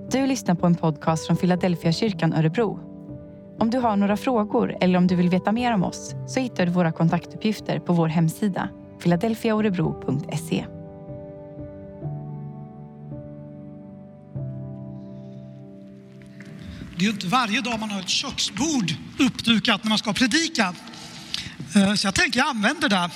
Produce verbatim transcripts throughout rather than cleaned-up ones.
Du lyssnar på en podcast från Philadelphia kyrkan Örebro. Om du har några frågor eller om du vill veta mer om oss så hittar du våra kontaktuppgifter på vår hemsida philadelphia orebro punkt se. Det är ju inte varje dag man har ett köksbord uppdukat när man ska predika. Så jag tänker jag använder det.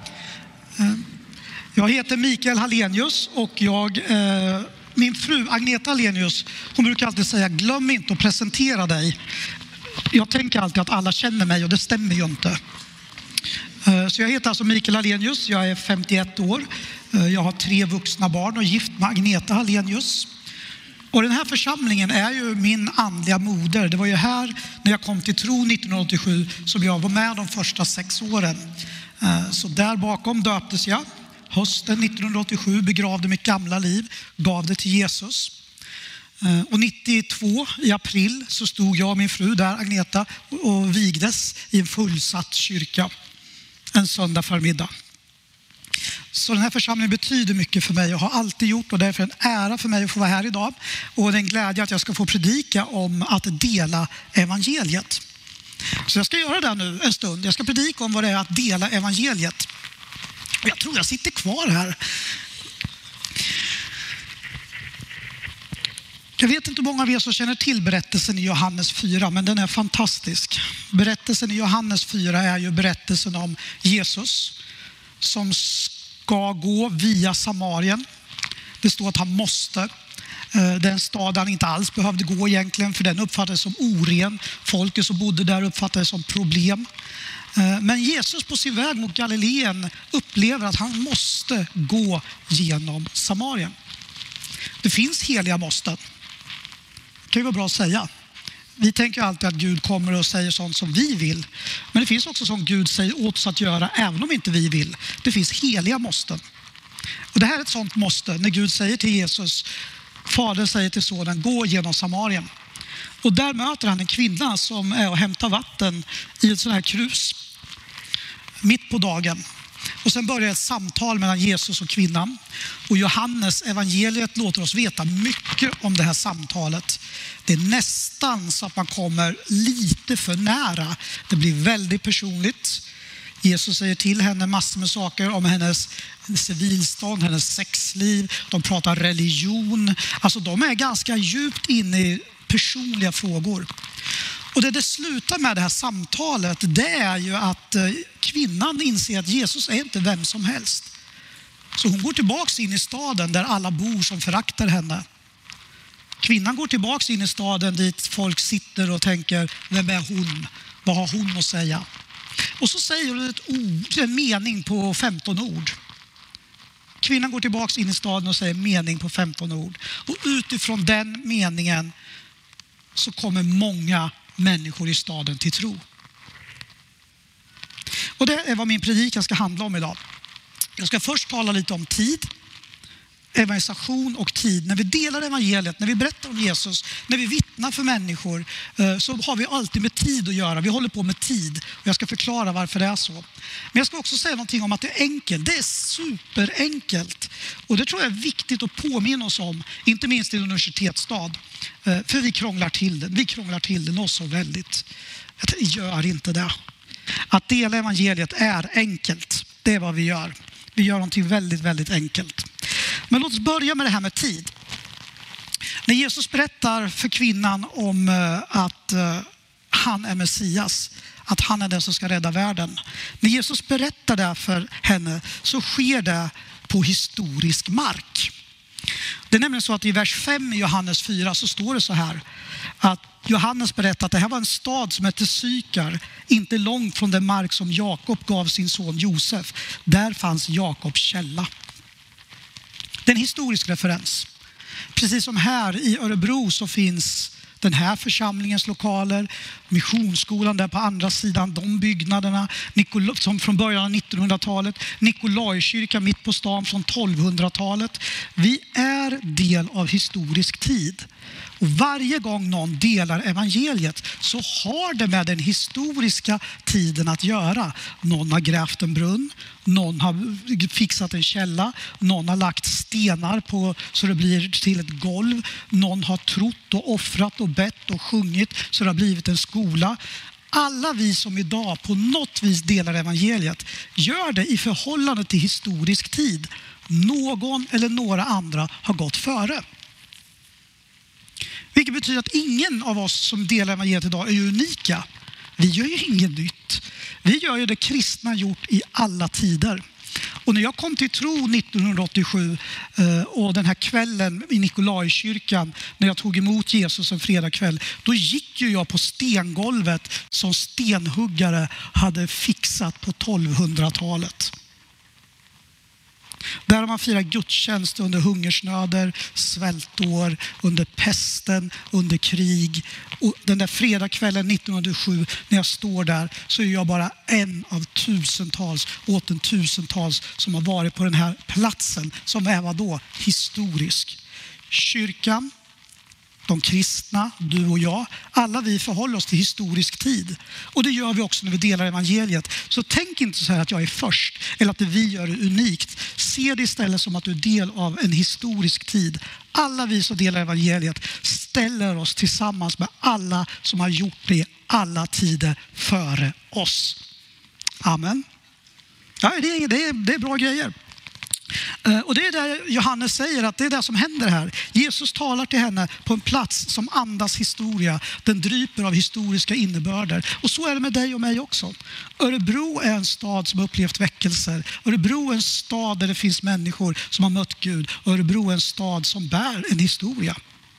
Jag heter Mikael Hallenius och jag, min fru Agneta Hallenius, hon brukar alltid säga glöm inte att presentera dig. Jag tänker alltid att alla känner mig och det stämmer ju inte. Så jag heter alltså Mikael Hallenius, jag är femtioett år. Jag har tre vuxna barn och gift med Agneta Hallenius. Och den här församlingen är ju min andliga moder. Det var ju här när jag kom till tro nittonhundraåttiosju som jag var med de första sex åren. Så där bakom döptes jag. Hösten nittonhundraåttiosju begravde mitt gamla liv, gav det till Jesus. Och nittiotvå i april så stod jag och min fru där, Agneta, och vigdes i en fullsatt kyrka en söndag förmiddag. Så den här församlingen betyder mycket för mig och har alltid gjort, och därför är det en ära för mig att få vara här idag. Och det är en glädje att jag ska få predika om att dela evangeliet. Så jag ska göra det nu en stund. Jag ska predika om vad det är att dela evangeliet. Och jag tror jag sitter kvar här. Jag vet inte hur många av er som känner till berättelsen i Johannes fyra, men den är fantastisk. Berättelsen i Johannes fyra är ju berättelsen om Jesus som ska gå via Samarien. Det står att han måste. Den stad han inte alls behövde gå egentligen, för den uppfattades som oren. Folket som bodde där uppfattades som problem. Men Jesus på sin väg mot Galileen upplever att han måste gå genom Samarien. Det finns heliga måsten. Det kan ju vara bra att säga. Vi tänker alltid att Gud kommer och säger sånt som vi vill. Men det finns också som Gud säger åt oss att göra även om inte vi vill. Det finns heliga måsten. Och det här är ett sånt måste när Gud säger till Jesus, Fadern säger till sonen, gå genom Samarien. Och där möter han en kvinna som är och hämtar vatten i ett sån här krus mitt på dagen. Och sen börjar ett samtal mellan Jesus och kvinnan. Och Johannes evangeliet låter oss veta mycket om det här samtalet. Det är nästan så att man kommer lite för nära. Det blir väldigt personligt. Jesus säger till henne massor med saker om hennes civilstånd, hennes sexliv. De pratar religion. Alltså de är ganska djupt inne i personliga frågor. Och det det slutar med det här samtalet, det är ju att kvinnan inser att Jesus är inte vem som helst. Så hon går tillbaka in i staden där alla bor som föraktar henne. Kvinnan går tillbaka in i staden dit folk sitter och tänker, vem är hon? Vad har hon att säga? Och så säger hon ett ord, en mening på femton ord. Kvinnan går tillbaka in i staden och säger mening på femton ord. Och utifrån den meningen så kommer många människor i staden till tro. Och det är vad min predikan ska handla om idag. Jag ska först tala lite om tid, evangelisation och tid. När vi delar evangeliet, när vi berättar om Jesus, när vi vittnar för människor, så har vi alltid med tid att göra. Vi håller på med tid och jag ska förklara varför det är så. Men jag ska också säga någonting om att det är enkelt. Det är superenkelt. Och det tror jag är viktigt att påminna oss om, inte minst i en universitetsstad. För vi krånglar till det. Vi krånglar till det något så väldigt. Jag gör inte det. Att dela evangeliet är enkelt. Det är vad vi gör. Vi gör någonting väldigt, väldigt enkelt. Men låt oss börja med det här med tid. När Jesus berättar för kvinnan om att han är Messias, att han är den som ska rädda världen. När Jesus berättar det för henne så sker det på historisk mark. Det är nämligen så att i vers fem i Johannes fyra så står det så här att Johannes berättar att det här var en stad som hette Sykar, inte långt från den mark som Jakob gav sin son Josef. Där fanns Jakobs källa. Det är en historisk referens. Precis som här i Örebro så finns den här församlingens lokaler, missionsskolan där på andra sidan, de byggnaderna som från början av nittonhundratalet, Nikolajkyrkan mitt på stan från tolvhundratalet. Vi är del av historisk tid. Och varje gång någon delar evangeliet så har det med den historiska tiden att göra. Någon har grävt en brunn, någon har fixat en källa, någon har lagt stenar på så det blir till ett golv, någon har trott och offrat och bett och sjungit så det har blivit en skola. Alla vi som idag på något vis delar evangeliet gör det i förhållande till historisk tid. Någon eller några andra har gått före. Vilket betyder att ingen av oss som delar evangeliet idag är unika. Vi gör ju inget nytt. Vi gör ju det kristna gjort i alla tider. Och när jag kom till tro nittonhundraåttiosju och den här kvällen i Nikolajkyrkan när jag tog emot Jesus en fredagkväll, då gick ju jag på stengolvet som stenhuggare hade fixat på tolvhundratalet. Där har man firat gudstjänst under hungersnöder, svältår, under pesten, under krig. Och den där fredagskvällen nittonhundrasju när jag står där så är jag bara en av tusentals, åt en tusentals som har varit på den här platsen som var då historisk. Kyrkan, de kristna, du och jag, alla vi förhåller oss till historisk tid. Och det gör vi också när vi delar evangeliet. Så tänk inte så här att jag är först eller att det vi gör är unikt. Se det istället som att du är del av en historisk tid. Alla vi som delar evangeliet ställer oss tillsammans med alla som har gjort det alla tider före oss. Amen. Ja, det är, det är, det är bra grejer. Och det är där Johannes säger att det är det som händer här. Jesus talar till henne på en plats som andas historia. Den dryper av historiska innebörder. Och så är det med dig och mig också. Örebro är en stad som har upplevt väckelser. Örebro är en stad där det finns människor som har mött Gud. Örebro är en stad som bär en historia.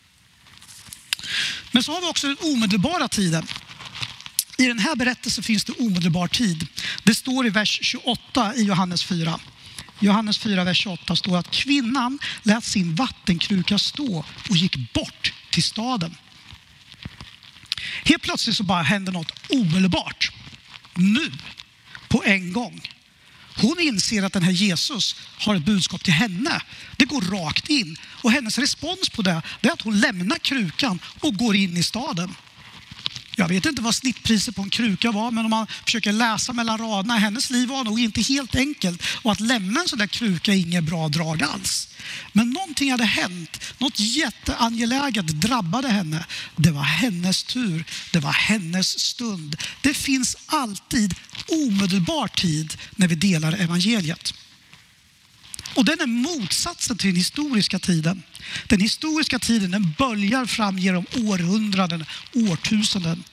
Men så har vi också den omedelbara tiden. I den här berättelsen finns det omedelbar tid. Det står i vers tjugoåtta i Johannes fyra. Johannes fyra, vers tjugoåtta står att kvinnan lät sin vattenkruka stå och gick bort till staden. Helt plötsligt så bara hände något omedelbart. Nu, på en gång. Hon inser att den här Jesus har ett budskap till henne. Det går rakt in. Och hennes respons på det, det är att hon lämnar krukan och går in i staden. Jag vet inte vad snittpriset på en kruka var, men om man försöker läsa mellan raderna, hennes liv var nog inte helt enkelt. Och att lämna en sån där kruka är inget bra drag alls. Men någonting hade hänt, något jätteangeläget drabbade henne. Det var hennes tur, det var hennes stund. Det finns alltid omedelbar tid när vi delar evangeliet. Och den är motsatsen till den historiska tiden. Den historiska tiden den böljar fram genom århundraden, årtusenden.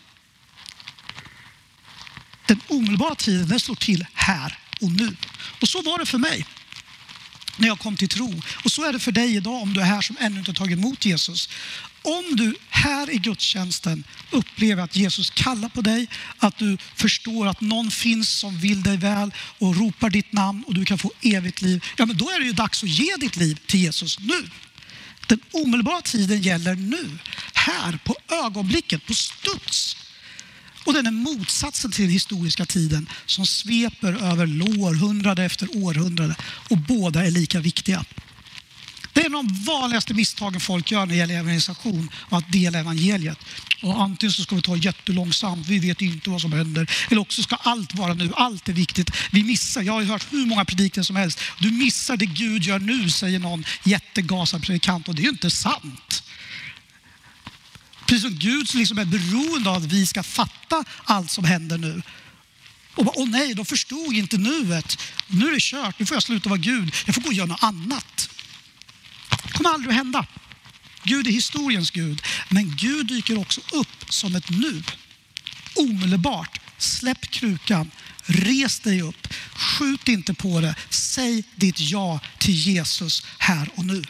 Den omedelbara tiden den står till här och nu. Och så var det för mig när jag kom till tro. Och så är det för dig idag om du är här som ännu inte har tagit emot Jesus. Om du här i gudstjänsten upplever att Jesus kallar på dig, att du förstår att någon finns som vill dig väl och ropar ditt namn och du kan få evigt liv. Ja, men då är det ju dags att ge ditt liv till Jesus nu. Den omedelbara tiden gäller nu. Här, på ögonblicket, på studs. Och den är motsatsen till den historiska tiden som sveper över århundrade efter århundrade. Och båda är lika viktiga. Det är de vanligaste misstagen folk gör när det gäller evangelisation och att dela evangeliet. Och antingen så ska vi ta jättelångsamt, vi vet inte vad som händer. Eller också ska allt vara nu, allt är viktigt. Vi missar, jag har hört hur många predikningar som helst. Du missar det Gud gör nu, säger någon jättegasad predikant. Och det är ju inte sant. Precis som Gud liksom är beroende av att vi ska fatta allt som händer nu. Och bara, åh nej, de förstod inte nuet. Nu är det kört, nu får jag sluta vara Gud. Jag får gå och göra något annat. Det kommer aldrig att hända. Gud är historiens Gud. Men Gud dyker också upp som ett nu. Omedelbart. Släpp krukan. Res dig upp. Skjut inte på det. Säg ditt ja till Jesus här och nu.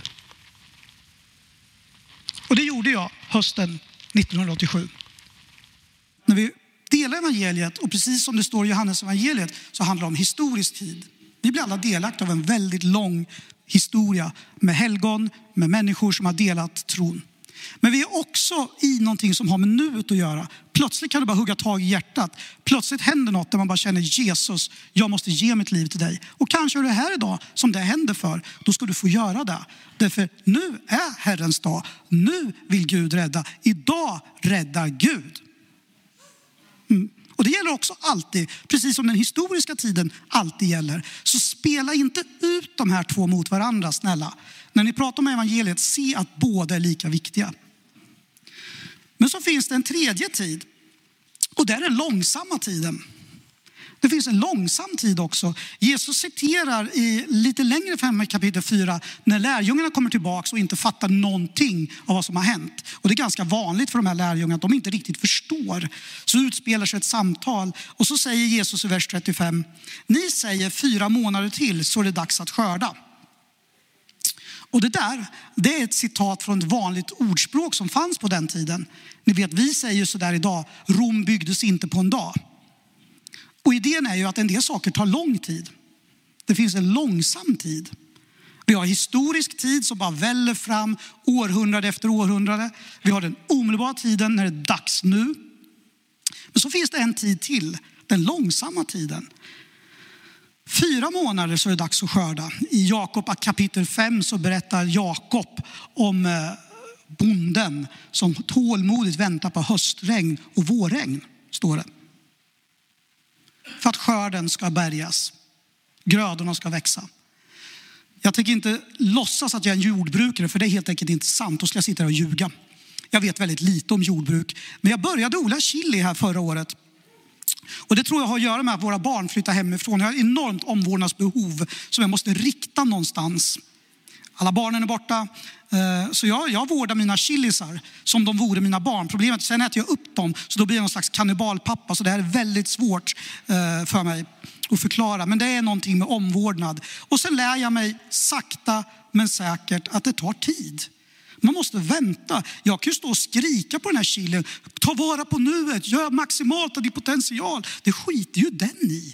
Och det gjorde jag hösten nittonhundraåttiosju. När vi delar evangeliet, och precis som det står i Johannes evangeliet, så handlar det om historisk tid. Vi blir alla delaktiga av en väldigt lång historia med helgon, med människor som har delat tron. Men vi är också i någonting som har med nuet att göra. Plötsligt kan du bara hugga tag i hjärtat. Plötsligt händer något där man bara känner Jesus, jag måste ge mitt liv till dig. Och kanske är det här idag som det händer för. Då ska du få göra det. Därför nu är Herrens dag. Nu vill Gud rädda. Idag räddar Gud. Mm. Och det gäller också alltid, precis som den historiska tiden alltid gäller. Så spela inte ut de här två mot varandra, snälla. När ni pratar om evangeliet, se att båda är lika viktiga. Men så finns det en tredje tid. Och det är den långsamma tiden. Det finns en långsam tid också. Jesus citerar i lite längre fram i kapitel fyra när lärjungarna kommer tillbaka och inte fattar någonting av vad som har hänt. Och det är ganska vanligt för de här lärjungarna att de inte riktigt förstår. Så utspelar sig ett samtal och så säger Jesus i vers trettiofem: ni säger fyra månader till så är det dags att skörda. Och det där, det är ett citat från ett vanligt ordspråk som fanns på den tiden. Ni vet, vi säger så där idag: Rom byggdes inte på en dag. Och idén är ju att en del saker tar lång tid. Det finns en långsam tid. Vi har historisk tid som bara väller fram århundrade efter århundrade. Vi har den omedelbara tiden när det är dags nu. Men så finns det en tid till, den långsamma tiden. Fyra månader så är det dags att skörda. I Jakob kapitel fem så berättar Jakob om bonden som tålmodigt väntar på höstregn och vårregn, står det. För att skörden ska bärgas. Grödorna ska växa. Jag tänker inte låtsas att jag är en jordbrukare, för det är helt enkelt inte sant. Då ska jag sitta och ljuga. Jag vet väldigt lite om jordbruk. Men jag började odla chili här förra året. Och det tror jag har att göra med att våra barn flyttar hemifrån. Jag har enormt omvårdnadsbehov som jag måste rikta någonstans. Alla barnen är borta. Så jag, jag vårdar mina chilisar som de vore mina barn. Problemet är att sen äter jag upp dem, så då blir jag någon slags kannibalpappa. Så det här är väldigt svårt för mig att förklara. Men det är någonting med omvårdnad. Och sen lär jag mig sakta men säkert att det tar tid. Man måste vänta. Jag kan ju stå och skrika på den här chilin. Ta vara på nuet. Gör maximalt av din potential. Det skiter ju den i.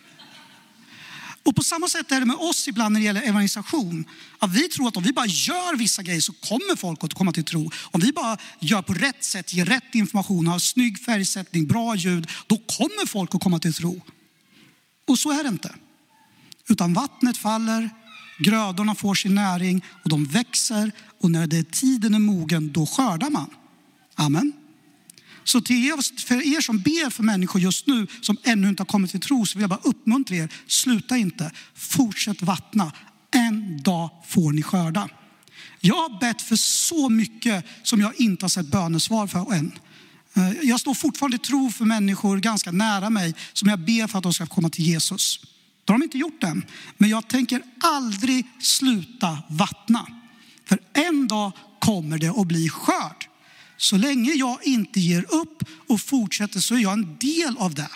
Och på samma sätt är det med oss ibland när det gäller evangelisation. Att vi tror att om vi bara gör vissa grejer så kommer folk att komma till tro. Om vi bara gör på rätt sätt, ger rätt information, har snygg färgsättning, bra ljud, då kommer folk att komma till tro. Och så är det inte. Utan vattnet faller, grödorna får sin näring och de växer. Och när det är tiden är mogen, då skördar man. Amen. Så till er, för er som ber för människor just nu som ännu inte har kommit till tro, så vill jag bara uppmuntra er. Sluta inte. Fortsätt vattna. En dag får ni skörda. Jag har bett för så mycket som jag inte har sett bönesvar för än. Jag står fortfarande i tro för människor ganska nära mig som jag ber för att de ska komma till Jesus. Det har de inte gjort än. Men jag tänker aldrig sluta vattna. För en dag kommer det att bli skörd. Så länge jag inte ger upp och fortsätter så är jag en del av det.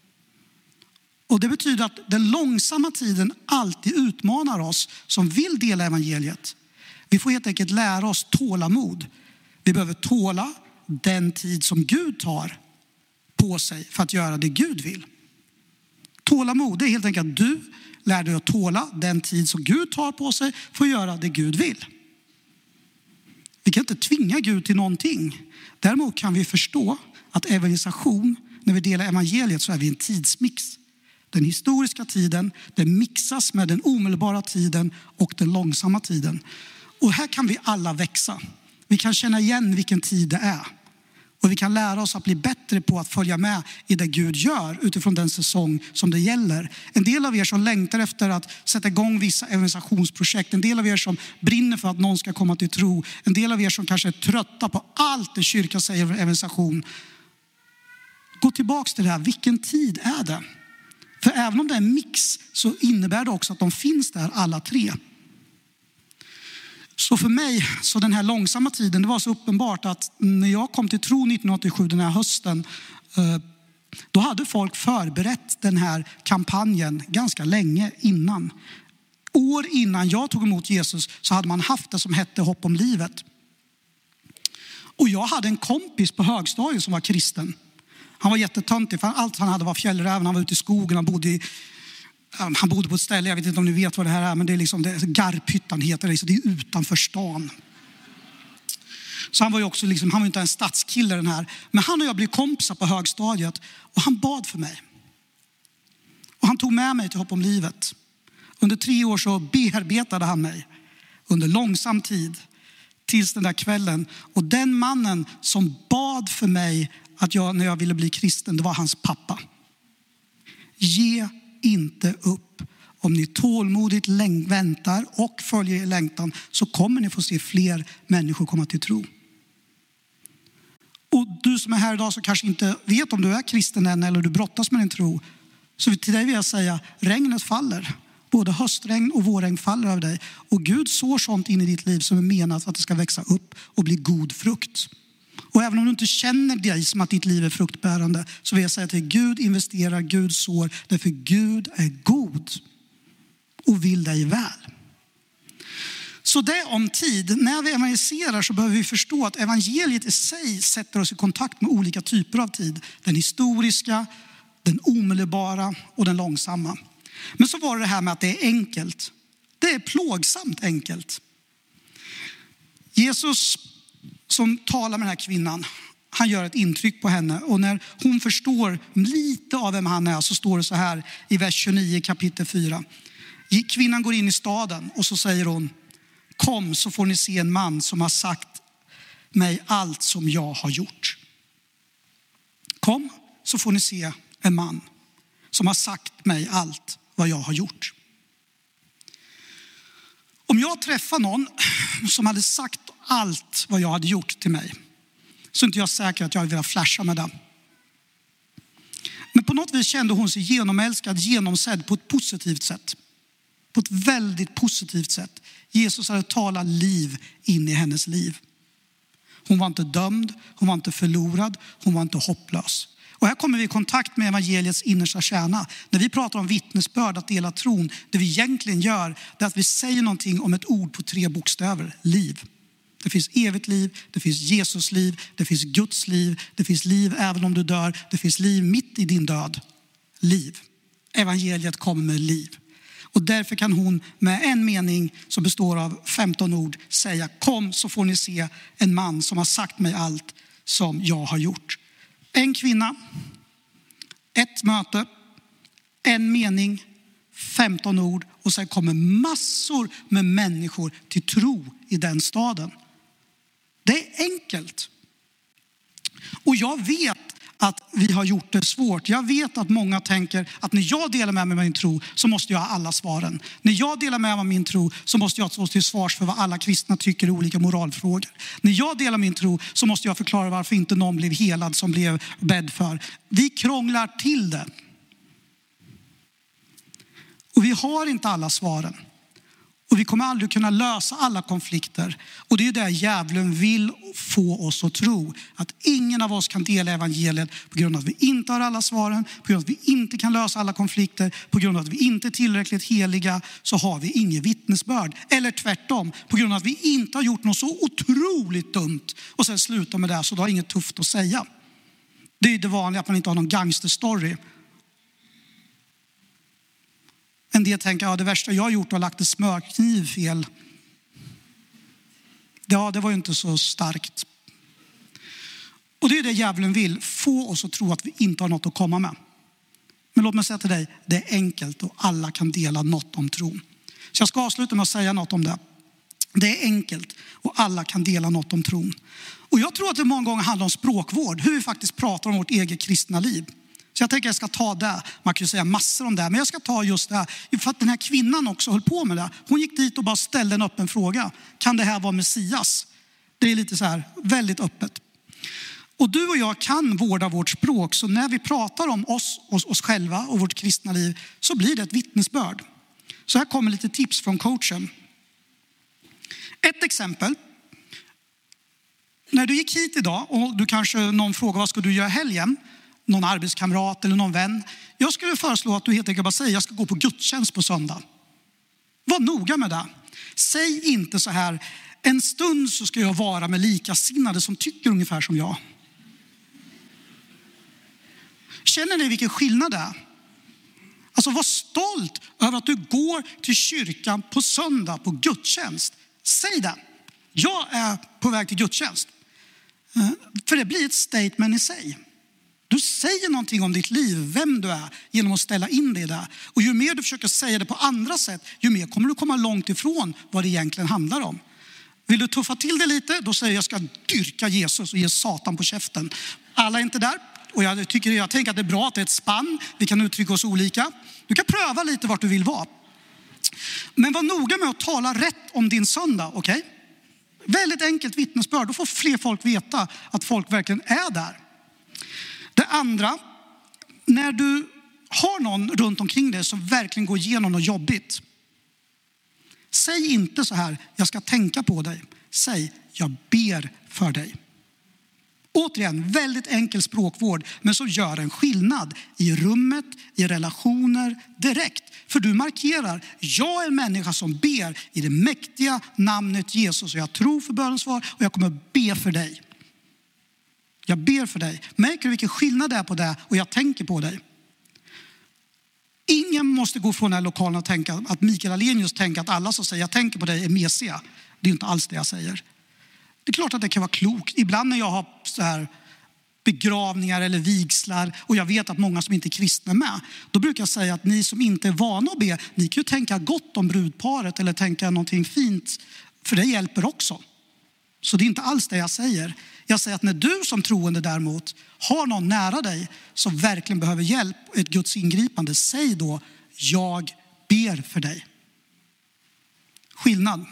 Och det betyder att den långsamma tiden alltid utmanar oss som vill dela evangeliet. Vi får helt enkelt lära oss tålamod. Vi behöver tåla den tid som Gud tar på sig för att göra det Gud vill. Tålamod är helt enkelt att du lär dig att tåla den tid som Gud tar på sig för att göra det Gud vill. Vi kan inte tvinga Gud till någonting. Däremot kan vi förstå att evangelisation, när vi delar evangeliet, så är vi en tidsmix. Den historiska tiden, den mixas med den omedelbara tiden och den långsamma tiden. Och här kan vi alla växa. Vi kan känna igen vilken tid det är. Och vi kan lära oss att bli bättre på att följa med i det Gud gör utifrån den säsong som det gäller. En del av er som längtar efter att sätta igång vissa evangelisationsprojekt. En del av er som brinner för att någon ska komma till tro. En del av er som kanske är trötta på allt det kyrkan säger om evangelisation. Gå tillbaka till det här. Vilken tid är det? För även om det är en mix så innebär det också att de finns där alla tre. Så för mig, så den här långsamma tiden, det var så uppenbart att när jag kom till tro nittonhundraåttiosju, den här hösten, då hade folk förberett den här kampanjen ganska länge innan. År innan jag tog emot Jesus så hade man haft det som hette Hopp om livet. Och jag hade en kompis på högstadiet som var kristen. Han var jättetöntig, för allt han hade var fjällräven. Han var ute i skogen, han bodde i Han bodde på ett ställe, jag vet inte om ni vet vad det här är, men det är liksom, det är Garphyttan heter det, så det är utanför stan. Så han var ju också liksom, han var inte en stadskille den här. Men han och jag blev kompisar på högstadiet och han bad för mig. Och han tog med mig till Hopp om livet. Under tre år så bearbetade han mig under långsam tid tills den där kvällen. Och den mannen som bad för mig att jag, när jag ville bli kristen, det var hans pappa. Ge inte upp. Om ni tålmodigt läng- väntar och följer er längtan så kommer ni få se fler människor komma till tro. Och du som är här idag så kanske inte vet om du är kristen än eller du brottas med din tro. Så till dig vill jag säga, regnet faller. Både höstregn och vårregn faller över dig. Och Gud sår sånt in i ditt liv som är menat att det ska växa upp och bli god frukt. Och även om du inte känner dig som att ditt liv är fruktbärande så vill jag säga till Gud investerar, Gud sår. Därför Gud är god och vill dig väl. Så det om tid. När vi evangeliserar så behöver vi förstå att evangeliet i sig sätter oss i kontakt med olika typer av tid. Den historiska, den omedelbara och den långsamma. Men så var det det här med att det är enkelt. Det är plågsamt enkelt. Jesus som talar med den här kvinnan, han gör ett intryck på henne. Och när hon förstår lite av vem han är så står det så här i vers tjugonio kapitel fyra. Kvinnan går in i staden och så säger hon: kom så får ni se en man som har sagt mig allt som jag har gjort. Kom så får ni se en man som har sagt mig allt vad jag har gjort. Om jag träffar någon som hade sagt allt vad jag hade gjort till mig så är inte jag säker att jag vill flasha med det. Men på något vis kände hon sig genomälskad, genomsedd på ett positivt sätt. På ett väldigt positivt sätt. Jesus hade talat liv in i hennes liv. Hon var inte dömd, hon var inte förlorad, hon var inte hopplös. Och här kommer vi i kontakt med evangeliets innersta kärna. När vi pratar om vittnesbörd, att dela tron, det vi egentligen gör det är att vi säger någonting om ett ord på tre bokstäver, liv. Det finns evigt liv, det finns Jesus liv, det finns Guds liv, det finns liv även om du dör, det finns liv mitt i din död. Liv. Evangeliet kommer med liv. Och därför kan hon med en mening som består av femton ord säga: kom så får ni se en man som har sagt mig allt som jag har gjort. En kvinna, ett möte, en mening, femton ord och sen kommer massor med människor till tro i den staden. Det är enkelt. Och jag vet att vi har gjort det svårt. Jag vet att många tänker att när jag delar med mig min tro så måste jag ha alla svaren. När jag delar med mig min tro så måste jag stå till svars för vad alla kristna tycker i olika moralfrågor. När jag delar min tro så måste jag förklara varför inte någon blev helad som blev bädd för. Vi krånglar till det. Och vi har inte alla svaren. Och vi kommer aldrig kunna lösa alla konflikter. Och det är det djävulen vill få oss att tro. Att ingen av oss kan dela evangeliet på grund av att vi inte har alla svaren. På grund av att vi inte kan lösa alla konflikter. På grund av att vi inte är tillräckligt heliga så har vi ingen vittnesbörd. Eller tvärtom, på grund av att vi inte har gjort något så otroligt dumt. Och sen slutar med det så då har inget tufft att säga. Det är det vanliga att man inte har någon gangsterstory. En del tänker, ja det värsta jag har gjort har lagt en smörkniv fel. Ja, det var ju inte så starkt. Och det är det djävulen vill, få oss att tro att vi inte har något att komma med. Men låt mig säga till dig, det är enkelt och alla kan dela något om tron. Så jag ska avsluta med att säga något om det. Det är enkelt och alla kan dela något om tron. Och jag tror att det många gånger handlar om språkvård, hur vi faktiskt pratar om vårt eget kristna liv. Så jag tänker att jag ska ta det. Man kan ju säga massor om det. Men jag ska ta just det här. För att den här kvinnan också höll på med det. Hon gick dit och bara ställde en öppen fråga. Kan det här vara Messias? Det är lite så här väldigt öppet. Och du och jag kan vårda vårt språk. Så när vi pratar om oss, oss, oss själva och vårt kristna liv så blir det ett vittnesbörd. Så här kommer lite tips från coachen. Ett exempel. När du gick hit idag och du kanske någon frågar vad ska du göra helgen? Någon arbetskamrat eller någon vän. Jag skulle föreslå att du helt enkelt bara säger jag ska gå på gudstjänst på söndag. Var noga med det. Säg inte så här, en stund så ska jag vara med likasinnade som tycker ungefär som jag. Känner ni vilken skillnad det är? Alltså var stolt över att du går till kyrkan på söndag på gudstjänst. Säg det. Jag är på väg till gudstjänst. För det blir ett statement i sig. Du säger någonting om ditt liv, vem du är, genom att ställa in det där. Och ju mer du försöker säga det på andra sätt, ju mer kommer du komma långt ifrån vad det egentligen handlar om. Vill du tuffa till det lite, då säger jag ska dyrka Jesus och ge Satan på käften. Alla är inte där. Och jag, tycker, jag tänker att det är bra att det är ett spann. Vi kan uttrycka oss olika. Du kan pröva lite vart du vill vara. Men var noga med att tala rätt om din söndag, okej? Okay? Väldigt enkelt vittnesbörd. Då får fler folk veta att folk verkligen är där. Det andra, när du har någon runt omkring dig som verkligen går igenom något jobbigt. Säg inte så här, jag ska tänka på dig. Säg, jag ber för dig. Återigen, väldigt enkel språkvård, men som gör en skillnad i rummet, i relationer, direkt. För du markerar, jag är en människa som ber i det mäktiga namnet Jesus. Och jag tror för bönesvar och jag kommer be för dig. Jag ber för dig. Märker du vilken skillnad det är på det och jag tänker på dig? Ingen måste gå från den här lokalen och tänka att Mikael Alenius tänker att alla som säger jag tänker på dig är mesiga. Det är inte alls det jag säger. Det är klart att det kan vara klokt. Ibland när jag har så här begravningar eller vigslar och jag vet att många som inte är kristna är med, då brukar jag säga att ni som inte är vana att be, ni kan ju tänka gott om brudparet eller tänka någonting fint, för det hjälper också. Så det är inte alls det jag säger. Jag säger att när du som troende däremot har någon nära dig som verkligen behöver hjälp och ett Guds ingripande, säg då, jag ber för dig. Skillnad.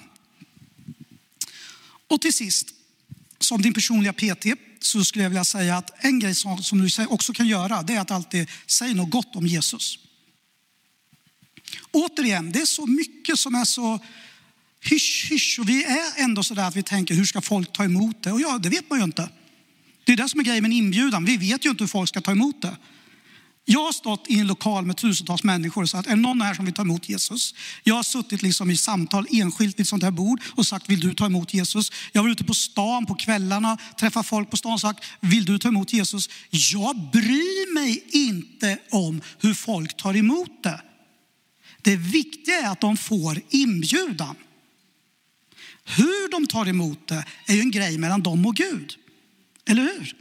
Och till sist, som din personliga P T, så skulle jag vilja säga att en grej som, som du också kan göra, det är att alltid säga något gott om Jesus. Återigen, det är så mycket som är så hysch, hysch. Och vi är ändå så där att vi tänker, hur ska folk ta emot det? Och ja, det vet man ju inte. Det är det som är grejen med en inbjudan. Vi vet ju inte hur folk ska ta emot det. Jag har stått i en lokal med tusentals människor och sagt, är det någon här som vill ta emot Jesus? Jag har suttit liksom i samtal enskilt vid ett sånt här bord och sagt, vill du ta emot Jesus? Jag var ute på stan på kvällarna, träffat folk på stan och sagt, vill du ta emot Jesus? Jag bryr mig inte om hur folk tar emot det. Det viktiga är att de får inbjudan. Hur de tar emot det är ju en grej mellan dem och Gud. Eller hur?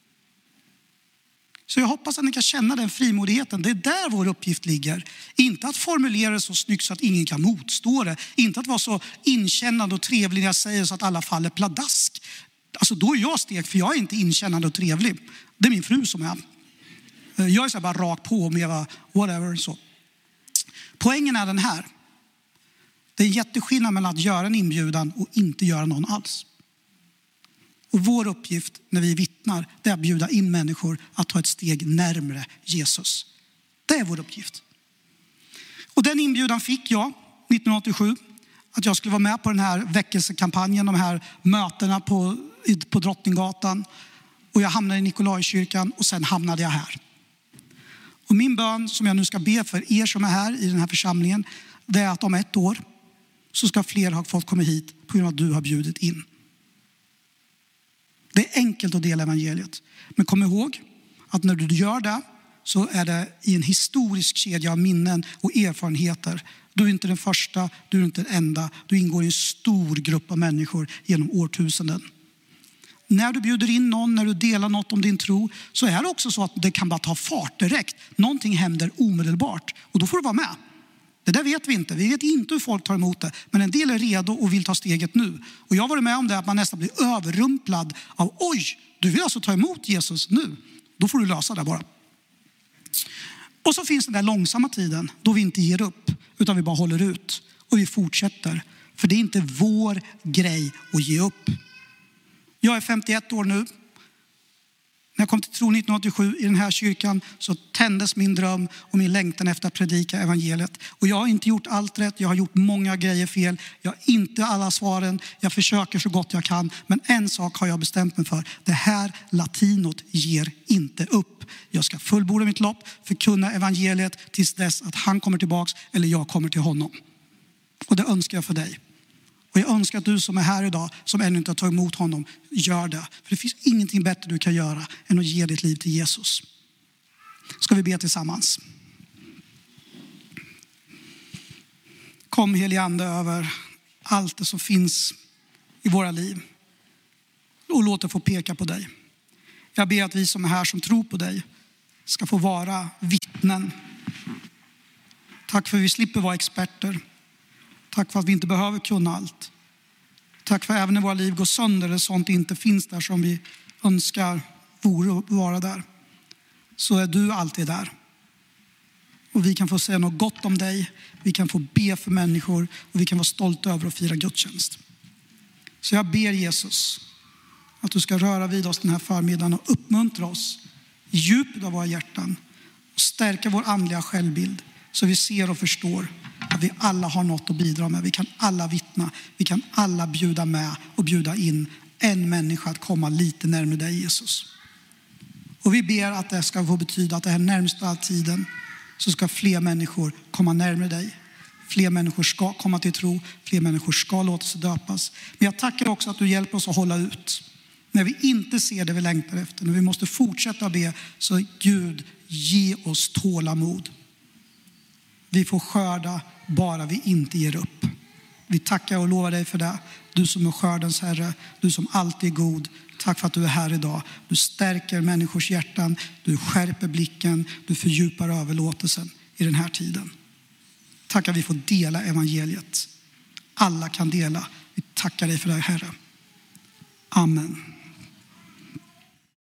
Så jag hoppas att ni kan känna den frimodigheten. Det är där vår uppgift ligger. Inte att formulera det så snyggt så att ingen kan motstå det. Inte att vara så inkännande och trevlig när jag säger så att alla faller pladask. Alltså då är jag steg, för jag är inte inkännande och trevlig. Det är min fru som är. Jag är så bara rakt på med whatever. Så. Poängen är den här. Det är en jätteskillnad mellan att göra en inbjudan och inte göra någon alls. Och vår uppgift när vi vittnar, det är att bjuda in människor att ta ett steg närmare Jesus. Det är vår uppgift. Och den inbjudan fick jag nittonhundraåttiosju. Att jag skulle vara med på den här väckelsekampanjen, de här mötena på, på Drottninggatan. Och jag hamnade i Nikolajkyrkan och sen hamnade jag här. Och min bön som jag nu ska be för er som är här i den här församlingen, det är att om ett år så ska fler ha fått komma hit på grund av att du har bjudit in. Det är enkelt att dela evangeliet. Men kom ihåg att när du gör det så är det i en historisk kedja av minnen och erfarenheter. Du är inte den första, du är inte den enda. Du ingår i en stor grupp av människor genom årtusenden. När du bjuder in någon, när du delar något om din tro, så är det också så att det kan bara ta fart direkt. Någonting händer omedelbart och då får du vara med. Det där vet vi inte. Vi vet inte hur folk tar emot det. Men en del är redo och vill ta steget nu. Och jag var med om det att man nästan blir överrumplad av oj, du vill alltså ta emot Jesus nu. Då får du lösa det bara. Och så finns den där långsamma tiden då vi inte ger upp utan vi bara håller ut. Och vi fortsätter. För det är inte vår grej att ge upp. Jag är femtioett år nu. När jag kom till tro nittonhundraåttiosju i den här kyrkan så tändes min dröm och min längtan efter att predika evangeliet. Och jag har inte gjort allt rätt, jag har gjort många grejer fel. Jag har inte alla svaren, jag försöker så gott jag kan. Men en sak har jag bestämt mig för. Det här latinot ger inte upp. Jag ska fullborda mitt lopp, förkunna evangeliet tills dess att han kommer tillbaks eller jag kommer till honom. Och det önskar jag för dig. Och jag önskar att du som är här idag, som ännu inte har tagit emot honom, gör det. För det finns ingenting bättre du kan göra än att ge ditt liv till Jesus. Ska vi be tillsammans. Kom helige ande över allt det som finns i våra liv. och låt det få peka på dig. Jag ber att vi som är här som tror på dig ska få vara vittnen. Tack för att vi slipper vara experter. Tack för att vi inte behöver kunna allt. Tack för att även när våra liv går sönder eller sånt inte finns där som vi önskar vore vara där, så är du alltid där. Och vi kan få säga något gott om dig. Vi kan få be för människor och vi kan vara stolta över att fira gudstjänst. Så jag ber Jesus att du ska röra vid oss den här förmiddagen och uppmuntra oss i djupet av våra hjärtan och stärka vår andliga självbild så vi ser och förstår att vi alla har något att bidra med. Vi kan alla vittna. Vi kan alla bjuda med och bjuda in en människa att komma lite närmare dig, Jesus. Och vi ber att det ska få betyda att det här närmsta tiden så ska fler människor komma närmare dig. Fler människor ska komma till tro. Fler människor ska låta sig döpas. Men jag tackar också att du hjälper oss att hålla ut. När vi inte ser det vi längtar efter. När vi måste fortsätta be. Så Gud, ge oss tålamod. Vi får skörda bara vi inte ger upp. Vi tackar och lovar dig för det. Du som är skördens Herre. Du som alltid är god. Tack för att du är här idag. Du stärker människors hjärtan. Du skärper blicken. Du fördjupar överlåtelsen i den här tiden. Tack att vi får dela evangeliet. Alla kan dela. Vi tackar dig för det, Herre. Amen.